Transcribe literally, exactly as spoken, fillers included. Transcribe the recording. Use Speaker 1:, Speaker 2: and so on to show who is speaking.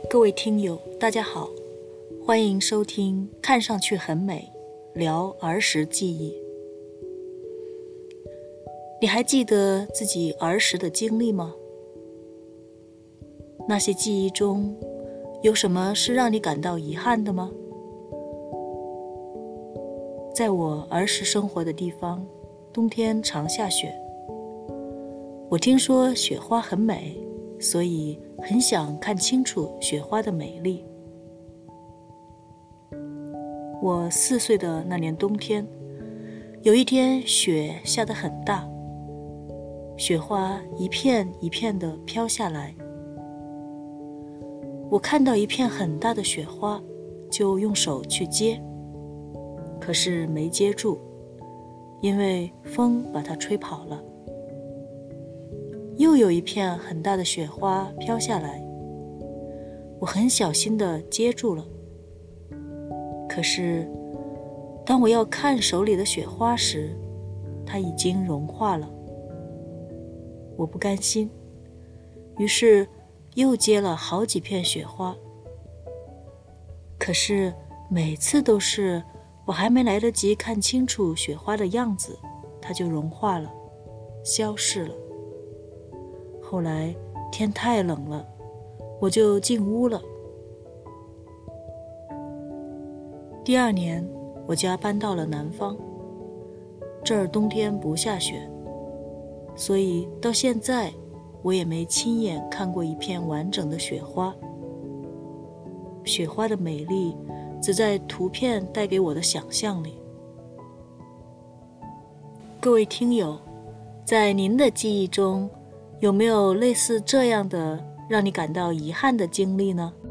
Speaker 1: 各位听友，大家好，欢迎收听看上去很美，聊儿时记忆。你还记得自己儿时的经历吗？那些记忆中，有什么是让你感到遗憾的吗？在我儿时生活的地方，冬天常下雪。我听说雪花很美，所以很想看清楚雪花的美丽。我四岁的那年冬天，有一天雪下得很大，雪花一片一片地飘下来。我看到一片很大的雪花，就用手去接，可是没接住，因为风把它吹跑了。又有一片很大的雪花飘下来，我很小心地接住了。可是当我要看手里的雪花时，它已经融化了。我不甘心，于是又接了好几片雪花。可是每次都是我还没来得及看清楚雪花的样子，它就融化了，消逝了。后来天太冷了，我就进屋了。第二年，我家搬到了南方，这儿冬天不下雪，所以到现在我也没亲眼看过一片完整的雪花。雪花的美丽只在图片带给我的想象里。各位听友，在您的记忆中，有没有类似这样的让你感到遗憾的经历呢？